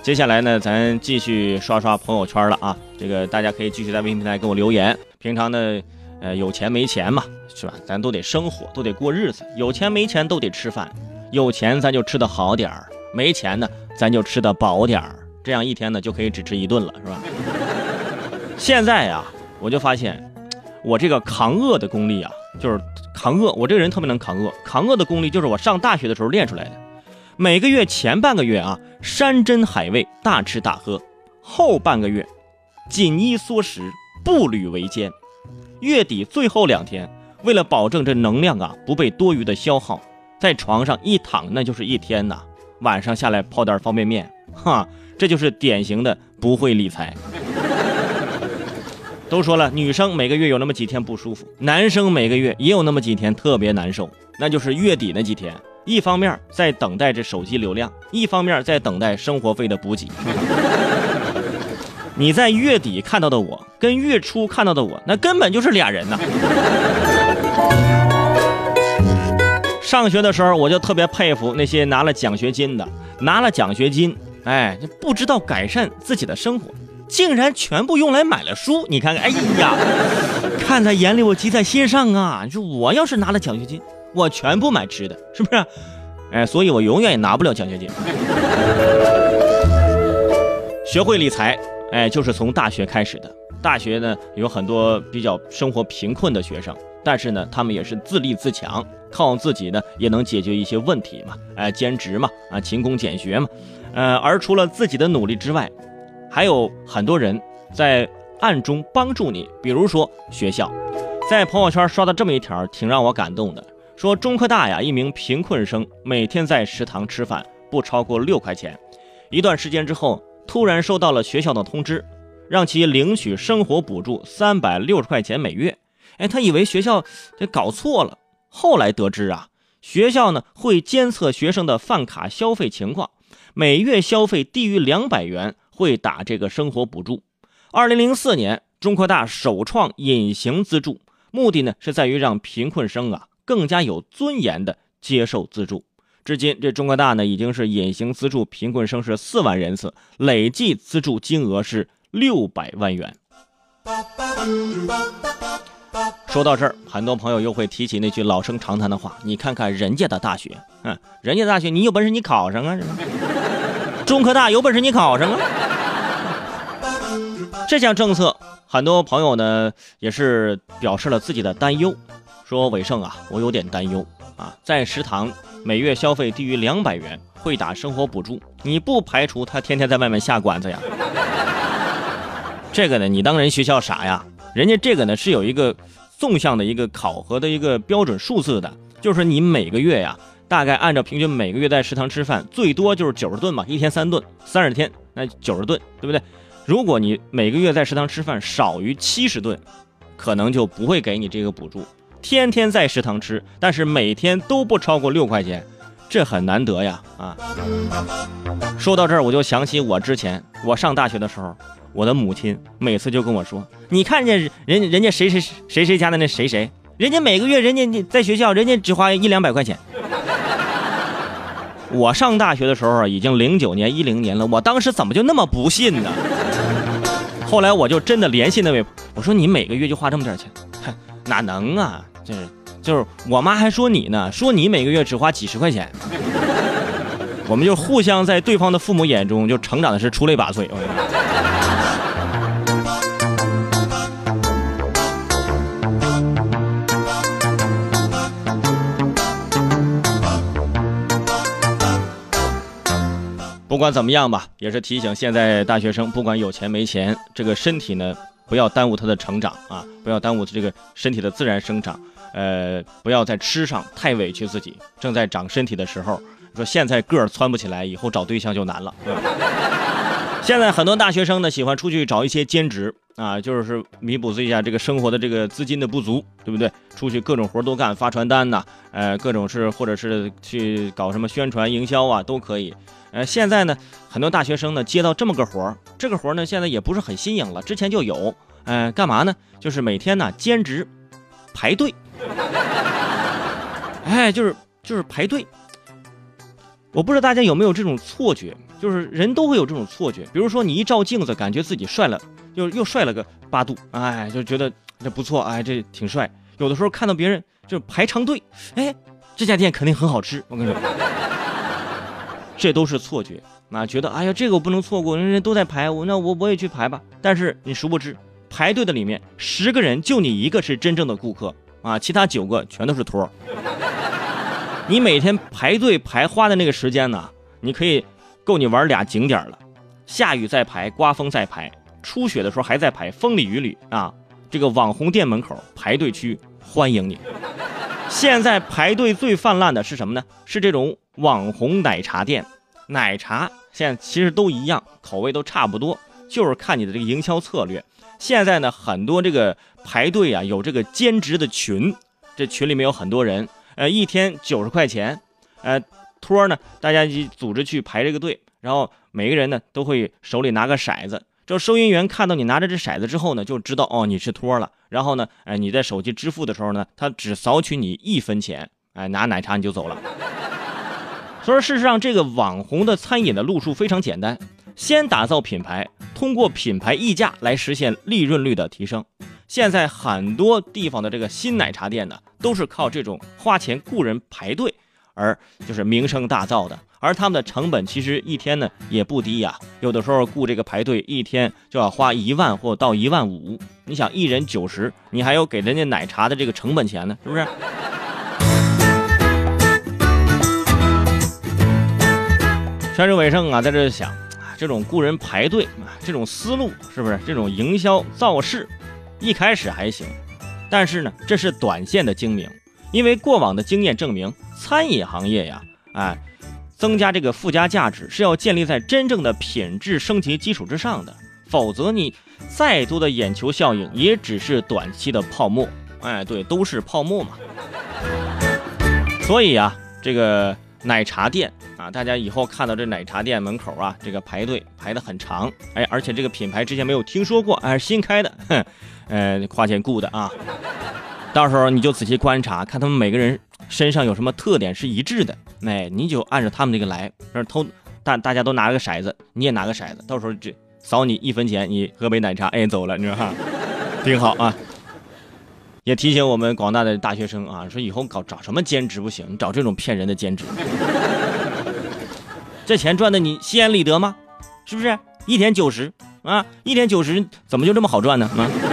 接下来呢，咱继续刷刷朋友圈了啊！这个大家可以继续在微信平台给我留言。平常呢，有钱没钱嘛，是吧？咱都得生活，都得过日子。有钱没钱都得吃饭，有钱咱就吃得好点儿，没钱呢咱就吃得饱点儿。这样一天呢就可以只吃一顿了，是吧？现在呀，我就发现我这个扛饿的功力啊，就是扛饿，我这个人特别能扛饿。扛饿的功力就是我上大学的时候练出来的。每个月前半个月啊，山珍海味大吃大喝，后半个月紧衣缩食，步履维艰。月底最后2天，为了保证这能量啊不被多余的消耗，在床上一躺那就是一天呐。晚上下来泡点方便面，哈，这就是典型的不会理财。都说了，女生每个月有那么几天不舒服，男生每个月也有那么几天特别难受，那就是月底那几天。一方面在等待着手机流量，一方面在等待生活费的补给。你在月底看到的我跟月初看到的我，那根本就是俩人呐。上学的时候我就特别佩服那些拿了奖学金的，拿了奖学金，哎，不知道改善自己的生活，竟然全部用来买了书。你看看，哎呀，看在眼里，我记在心上啊！你说我要是拿了奖学金，我全部买吃的，是不是？哎，所以我永远也拿不了奖学金。学会理财，哎，就是从大学开始的。大学呢，有很多比较生活贫困的学生，但是呢，他们也是自立自强，靠自己呢也能解决一些问题嘛，哎，兼职嘛，啊，勤工俭学嘛，而除了自己的努力之外，还有很多人在暗中帮助你，比如说学校。在朋友圈刷到这么一条，挺让我感动的。说中科大呀，一名贫困生每天在食堂吃饭不超过6块钱，一段时间之后，突然收到了学校的通知，让其领取生活补助360块钱每月。哎，他以为学校这搞错了，后来得知啊，学校呢会监测学生的饭卡消费情况，每月消费低于200元会打这个生活补助。2004年，中科大首创隐形资助，目的呢是在于让贫困生啊更加有尊严的接受资助。至今，这中科大呢已经是隐形资助贫困生是4万人次，累计资助金额是600万元。说到这儿，很多朋友又会提起那句老生常谈的话：你看看人家的大学，人家的大学你有本事你考上啊，中科大有本事你考上啊。这项政策，很多朋友呢也是表示了自己的担忧，说伟盛啊，我有点担忧啊，在食堂每月消费低于200元会打生活补助，你不排除他天天在外面下馆子呀？这个呢，你当人学校傻呀？人家这个呢是有一个纵向的一个考核的一个标准数字的，就是你每个月呀，大概按照平均每个月在食堂吃饭，最多就是90顿嘛，一天3顿，30天那90顿，对不对？如果你每个月在食堂吃饭少于70顿，可能就不会给你这个补助。天天在食堂吃，但是每天都不超过6块钱，这很难得呀啊！说到这儿，我就想起我之前我上大学的时候，我的母亲每次就跟我说：“你看见人家谁家的那谁，人家每个月人家在学校人家只花100-200块钱。”我上大学的时候已经09年10年了，我当时怎么就那么不信呢？后来我就真的联系那位，我说你每个月就花这么点钱，哪能啊？就是我妈还说你呢，说你每个月只花几十块钱。我们就互相在对方的父母眼中就成长的是出类拔萃。不管怎么样吧，也是提醒现在大学生，不管有钱没钱，这个身体呢不要耽误他的成长啊，不要耽误这个身体的自然生长，不要在吃上太委屈自己。正在长身体的时候，说现在个儿蹿不起来，以后找对象就难了。现在很多大学生呢喜欢出去找一些兼职啊，就是弥补一下这个生活的这个资金的不足，对不对？出去各种活都干，发传单呐，各种是或者是去搞什么宣传营销啊，都可以。现在呢，很多大学生呢接到这么个活，这个活呢现在也不是很新颖了，之前就有。干嘛呢？就是每天呢兼职排队，就是排队。 我不知道大家有没有这种错觉，就是人都会有这种错觉。比如说你一照镜子，感觉自己帅了，又帅了个8度，哎，就觉得这不错，哎，这挺帅。有的时候看到别人就排长队，哎，这家店肯定很好吃。我跟你说，这都是错觉啊！觉得哎呀，这个我不能错过，人人都在排，我也去排吧。但是你殊不知，排队的里面10个人就你一个是真正的顾客啊，其他9个全都是托。你每天排队排花的那个时间呢，你可以够你玩俩景点了。下雨再排，刮风再排，初雪的时候还在排，风里雨里啊。这个网红店门口排队区欢迎你。现在排队最泛滥的是什么呢？是这种网红奶茶店。奶茶现在其实都一样，口味都差不多，就是看你的这个营销策略。现在呢，很多这个排队啊，有这个兼职的群，这群里面有很多人。一天90块钱，托呢，大家一组织去排这个队，然后每个人呢都会手里拿个骰子，这收银员看到你拿着这骰子之后呢，就知道哦你是托了，然后呢，你在手机支付的时候呢，他只扫取你1分钱，拿奶茶你就走了。所以说事实上，这个网红的餐饮的路数非常简单，先打造品牌，通过品牌溢价来实现利润率的提升。现在很多地方的这个新奶茶店呢，都是靠这种花钱雇人排队而就是名声大噪的，而他们的成本其实一天呢也不低呀，有的时候雇这个排队一天就要花1万或到1.5万，你想一人90，你还有给人家奶茶的这个成本钱呢，是不是？全是伟盛啊，在这想这种雇人排队这种思路是不是这种营销造势？一开始还行，但是呢，这是短线的精明，因为过往的经验证明，餐饮行业呀，增加这个附加价值是要建立在真正的品质升级基础之上的，否则你再多的眼球效应也只是短期的泡沫，对，都是泡沫嘛。所以啊，这个奶茶店啊，大家以后看到这奶茶店门口啊，这个排队排得很长，而且这个品牌之前没有听说过，新开的，花钱雇的啊。到时候你就仔细观察，看他们每个人身上有什么特点是一致的，你就按照他们这个来，大家都拿个骰子，你也拿个骰子，到时候就扫你1分钱，你喝杯奶茶，走了，你知道哈，挺好啊。也提醒我们广大的大学生啊，说以后找什么兼职不行，你找这种骗人的兼职，这钱赚的你心安理得吗？是不是？1天90啊，1天90怎么就这么好赚呢？